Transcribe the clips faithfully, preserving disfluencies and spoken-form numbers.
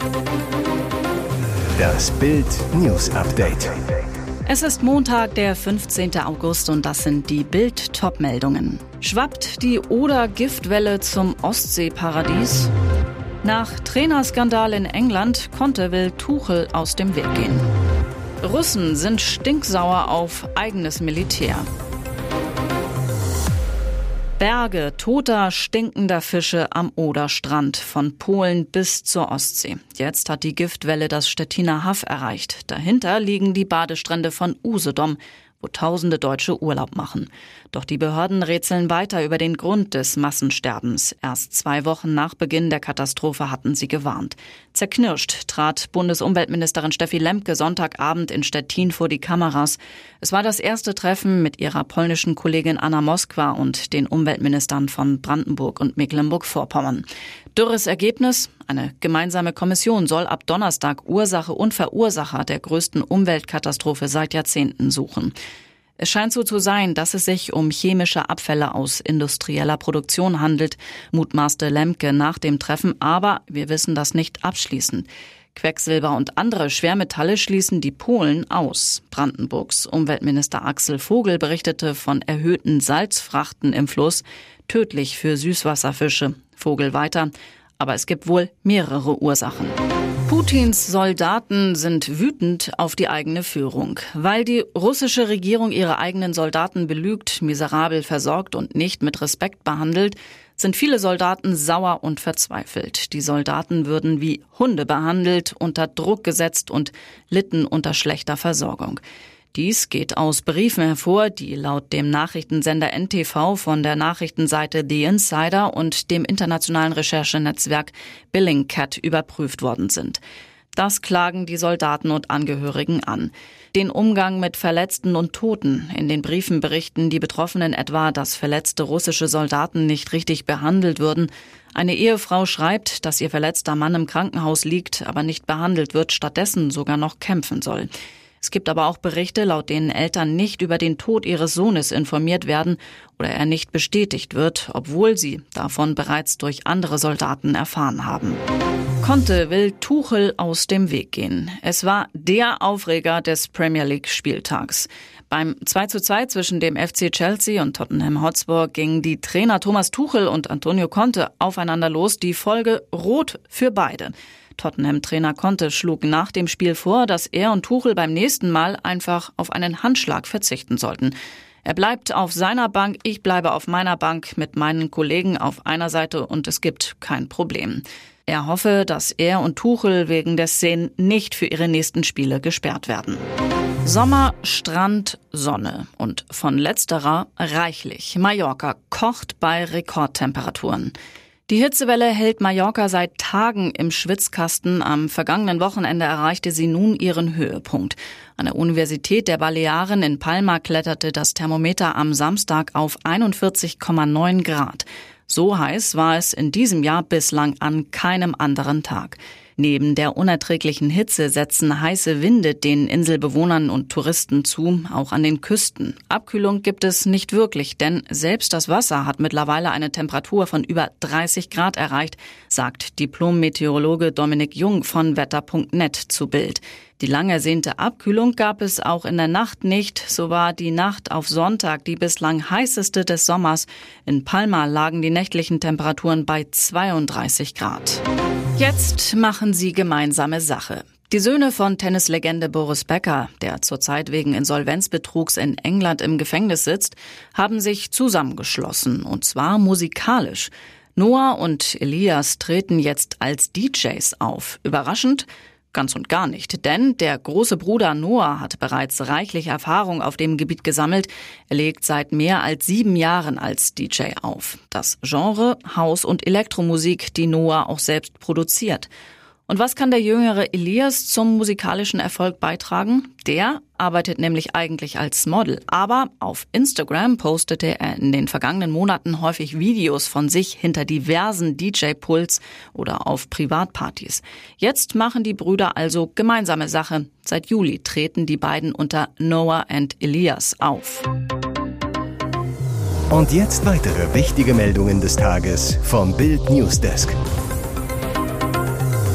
Das Bild News Update. Es ist Montag, der fünfzehnten August und das sind die Bild-Top-Meldungen. Schwappt die Oder-Giftwelle zum Ostseeparadies? Nach Trainerskandal in England Conte will Tuchel aus dem Weg gehen. Russen sind stinksauer auf eigenes Militär. Berge toter, stinkender Fische am Oderstrand, von Polen bis zur Ostsee. Jetzt hat die Giftwelle das Stettiner Haff erreicht. Dahinter liegen die Badestrände von Usedom, wo tausende Deutsche Urlaub machen. Doch die Behörden rätseln weiter über den Grund des Massensterbens. Erst zwei Wochen nach Beginn der Katastrophe hatten sie gewarnt. Zerknirscht trat Bundesumweltministerin Steffi Lemke Sonntagabend in Stettin vor die Kameras. Es war das erste Treffen mit ihrer polnischen Kollegin Anna Moskwa und den Umweltministern von Brandenburg und Mecklenburg-Vorpommern. Dürres Ergebnis? Eine gemeinsame Kommission soll ab Donnerstag Ursache und Verursacher der größten Umweltkatastrophe seit Jahrzehnten suchen. Es scheint so zu sein, dass es sich um chemische Abfälle aus industrieller Produktion handelt, mutmaßte Lemke nach dem Treffen, aber wir wissen das nicht abschließend. Quecksilber und andere Schwermetalle schließen die Polen aus. Brandenburgs Umweltminister Axel Vogel berichtete von erhöhten Salzfrachten im Fluss, tödlich für Süßwasserfische. Vogel weiter, aber es gibt wohl mehrere Ursachen. Putins Soldaten sind wütend auf die eigene Führung. Weil die russische Regierung ihre eigenen Soldaten belügt, miserabel versorgt und nicht mit Respekt behandelt, sind viele Soldaten sauer und verzweifelt. Die Soldaten würden wie Hunde behandelt, unter Druck gesetzt und litten unter schlechter Versorgung. Dies geht aus Briefen hervor, die laut dem Nachrichtensender N T V von der Nachrichtenseite The Insider und dem internationalen Recherchenetzwerk Bellingcat überprüft worden sind. Das klagen die Soldaten und Angehörigen an. Den Umgang mit Verletzten und Toten. In den Briefen berichten die Betroffenen etwa, dass verletzte russische Soldaten nicht richtig behandelt würden. Eine Ehefrau schreibt, dass ihr verletzter Mann im Krankenhaus liegt, aber nicht behandelt wird, stattdessen sogar noch kämpfen soll. Es gibt aber auch Berichte, laut denen Eltern nicht über den Tod ihres Sohnes informiert werden oder er nicht bestätigt wird, obwohl sie davon bereits durch andere Soldaten erfahren haben. Conte will Tuchel aus dem Weg gehen. Es war der Aufreger des Premier League Spieltags. Beim zwei zu zwei zwischen dem F C Chelsea und Tottenham Hotspur gingen die Trainer Thomas Tuchel und Antonio Conte aufeinander los. Die Folge rot für beide. Tottenham-Trainer Conte schlug nach dem Spiel vor, dass er und Tuchel beim nächsten Mal einfach auf einen Handschlag verzichten sollten. Er bleibt auf seiner Bank, ich bleibe auf meiner Bank mit meinen Kollegen auf einer Seite und es gibt kein Problem. Er hoffe, dass er und Tuchel wegen der Szenen nicht für ihre nächsten Spiele gesperrt werden. Sommer, Strand, Sonne und von letzterer reichlich. Mallorca kocht bei Rekordtemperaturen. Die Hitzewelle hält Mallorca seit Tagen im Schwitzkasten. Am vergangenen Wochenende erreichte sie nun ihren Höhepunkt. An der Universität der Balearen in Palma kletterte das Thermometer am Samstag auf einundvierzig Komma neun Grad. So heiß war es in diesem Jahr bislang an keinem anderen Tag. Neben der unerträglichen Hitze setzen heiße Winde den Inselbewohnern und Touristen zu, auch an den Küsten. Abkühlung gibt es nicht wirklich, denn selbst das Wasser hat mittlerweile eine Temperatur von über dreißig Grad erreicht, sagt Diplom-Meteorologe Dominik Jung von wetter punkt net zu Bild. Die lang ersehnte Abkühlung gab es auch in der Nacht nicht. So war die Nacht auf Sonntag die bislang heißeste des Sommers. In Palma lagen die nächtlichen Temperaturen bei zweiunddreißig Grad. Jetzt machen sie gemeinsame Sache. Die Söhne von Tennislegende Boris Becker, der zurzeit wegen Insolvenzbetrugs in England im Gefängnis sitzt, haben sich zusammengeschlossen, und zwar musikalisch. Noah und Elias treten jetzt als D Js auf. Überraschend? Ganz und gar nicht, denn der große Bruder Noah hat bereits reichlich Erfahrung auf dem Gebiet gesammelt. Er legt seit mehr als sieben Jahren als D J auf. Das Genre House- und Elektromusik, die Noah auch selbst produziert. Und was kann der jüngere Elias zum musikalischen Erfolg beitragen? Der arbeitet nämlich eigentlich als Model, aber auf Instagram postete er in den vergangenen Monaten häufig Videos von sich hinter diversen D J-Pults oder auf Privatpartys. Jetzt machen die Brüder also gemeinsame Sache. Seit Juli treten die beiden unter Noah and Elias auf. Und jetzt weitere wichtige Meldungen des Tages vom Bild Newsdesk.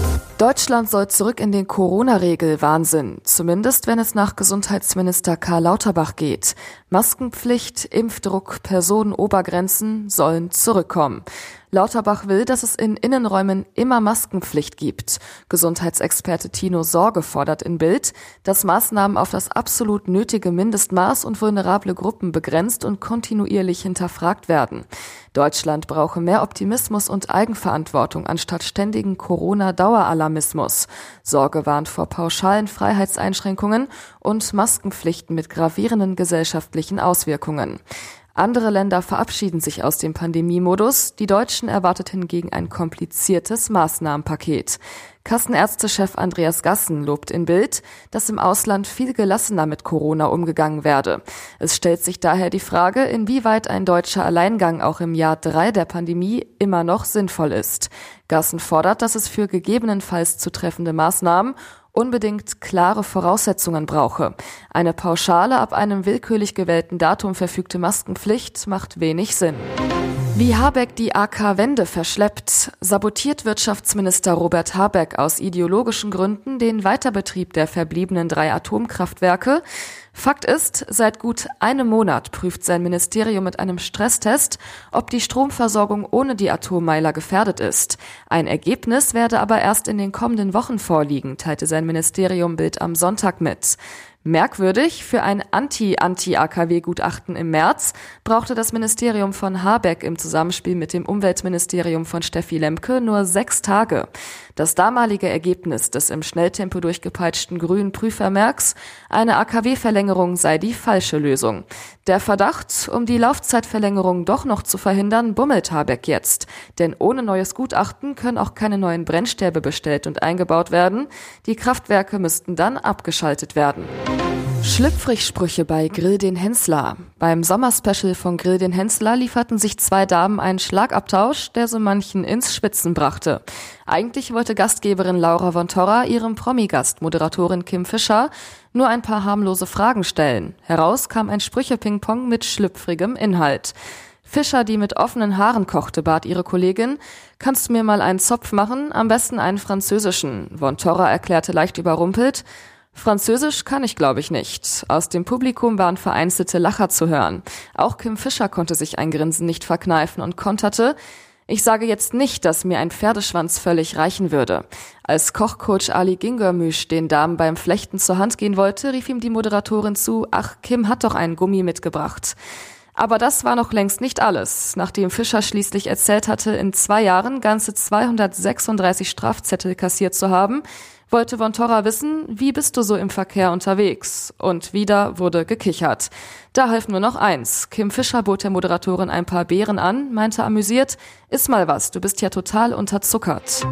Deutschland soll zurück in den Corona-Regel-Wahnsinn, zumindest wenn es nach Gesundheitsminister Karl Lauterbach geht. Maskenpflicht, Impfdruck, Personenobergrenzen sollen zurückkommen. Lauterbach will, dass es in Innenräumen immer Maskenpflicht gibt. Gesundheitsexperte Tino Sorge fordert in Bild, dass Maßnahmen auf das absolut nötige Mindestmaß und vulnerable Gruppen begrenzt und kontinuierlich hinterfragt werden. Deutschland brauche mehr Optimismus und Eigenverantwortung anstatt ständigen Corona-Daueralarmismus. Sorge warnt vor pauschalen Freiheitseinschränkungen und Maskenpflichten mit gravierenden gesellschaftlichen Auswirkungen. Andere Länder verabschieden sich aus dem Pandemiemodus. Die Deutschen erwartet hingegen ein kompliziertes Maßnahmenpaket. Kassenärztechef Andreas Gassen lobt in Bild, dass im Ausland viel gelassener mit Corona umgegangen werde. Es stellt sich daher die Frage, inwieweit ein deutscher Alleingang auch im Jahr drei der Pandemie immer noch sinnvoll ist. Gassen fordert, dass es für gegebenenfalls zu treffende Maßnahmen unbedingt klare Voraussetzungen brauche. Eine pauschale, ab einem willkürlich gewählten Datum verfügte Maskenpflicht macht wenig Sinn. Wie Habeck die A K-Wende verschleppt, sabotiert Wirtschaftsminister Robert Habeck aus ideologischen Gründen den Weiterbetrieb der verbliebenen drei Atomkraftwerke. Fakt ist, seit gut einem Monat prüft sein Ministerium mit einem Stresstest, ob die Stromversorgung ohne die Atommeiler gefährdet ist. Ein Ergebnis werde aber erst in den kommenden Wochen vorliegen, teilte sein Ministerium Bild am Sonntag mit. Merkwürdig, für ein Anti-Anti-A K W-Gutachten im März brauchte das Ministerium von Habeck im Zusammenspiel mit dem Umweltministerium von Steffi Lemke nur sechs Tage. Das damalige Ergebnis des im Schnelltempo durchgepeitschten grünen Prüfvermerks, eine A K W-Verlängerung sei die falsche Lösung. Der Verdacht, um die Laufzeitverlängerung doch noch zu verhindern, bummelt Habeck jetzt. Denn ohne neues Gutachten können auch keine neuen Brennstäbe bestellt und eingebaut werden. Die Kraftwerke müssten dann abgeschaltet werden. Schlüpfrig-Sprüche bei Grill den Hensler. Beim Sommerspecial von Grill den Hensler lieferten sich zwei Damen einen Schlagabtausch, der so manchen ins Schwitzen brachte. Eigentlich wollte Gastgeberin Laura von Torra ihrem Promi-Gast, Moderatorin Kim Fischer, nur ein paar harmlose Fragen stellen. Heraus kam ein Sprüche-Ping-Pong mit schlüpfrigem Inhalt. Fischer, die mit offenen Haaren kochte, bat ihre Kollegin, kannst du mir mal einen Zopf machen, am besten einen französischen. Von Torra erklärte leicht überrumpelt, Französisch kann ich, glaube ich, nicht. Aus dem Publikum waren vereinzelte Lacher zu hören. Auch Kim Fischer konnte sich ein Grinsen nicht verkneifen und konterte, ich sage jetzt nicht, dass mir ein Pferdeschwanz völlig reichen würde. Als Kochcoach Ali Gingermüsch den Damen beim Flechten zur Hand gehen wollte, rief ihm die Moderatorin zu, ach, Kim hat doch einen Gummi mitgebracht. Aber das war noch längst nicht alles. Nachdem Fischer schließlich erzählt hatte, in zwei Jahren ganze zweihundertsechsunddreißig Strafzettel kassiert zu haben, wollte von Torra wissen, wie bist du so im Verkehr unterwegs? Und wieder wurde gekichert. Da half nur noch eins. Kim Fischer bot der Moderatorin ein paar Beeren an, meinte amüsiert, iss mal was, du bist ja total unterzuckert.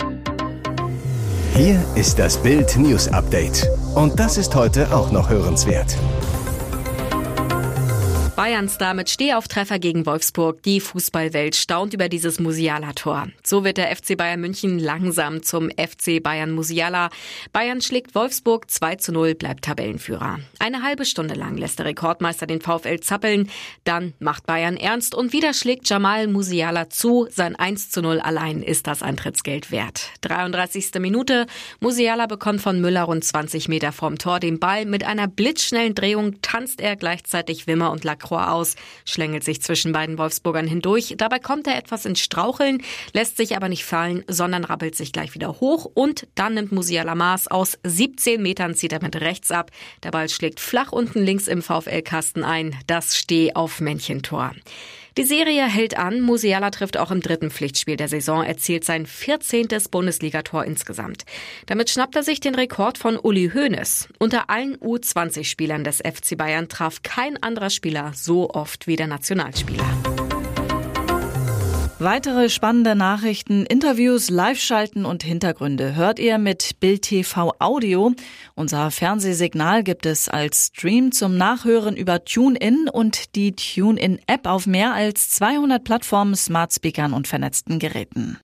Hier ist das Bild News Update. Und das ist heute auch noch hörenswert. Bayern-Star mit Stehauftreffer gegen Wolfsburg. Die Fußballwelt staunt über dieses Musiala-Tor. So wird der F C Bayern München langsam zum F C Bayern Musiala. Bayern schlägt Wolfsburg zwei zu null, bleibt Tabellenführer. Eine halbe Stunde lang lässt der Rekordmeister den VfL zappeln. Dann macht Bayern ernst und wieder schlägt Jamal Musiala zu. Sein eins zu null allein ist das Eintrittsgeld wert. dreiunddreißigste Minute. Musiala bekommt von Müller rund zwanzig Meter vorm Tor den Ball. Mit einer blitzschnellen Drehung tanzt er gleichzeitig Wimmer und Lacroix aus, schlängelt sich zwischen beiden Wolfsburgern hindurch. Dabei kommt er etwas ins Straucheln, lässt sich aber nicht fallen, sondern rappelt sich gleich wieder hoch und dann nimmt Musiala Maß. Aus siebzehn Metern zieht er mit rechts ab. Der Ball schlägt flach unten links im VfL-Kasten ein. Das Steh-auf-Männchen-Tor. Die Serie hält an. Musiala trifft auch im dritten Pflichtspiel der Saison, erzielt sein vierzehntes Bundesligator insgesamt. Damit schnappt er sich den Rekord von Uli Hoeneß. Unter allen U zwanzig Spielern des F C Bayern traf kein anderer Spieler so oft wie der Nationalspieler. Weitere spannende Nachrichten, Interviews, Live-Schalten und Hintergründe hört ihr mit Bild T V Audio. Unser Fernsehsignal gibt es als Stream zum Nachhören über TuneIn und die TuneIn-App auf mehr als zweihundert Plattformen, Smart Speakern und vernetzten Geräten.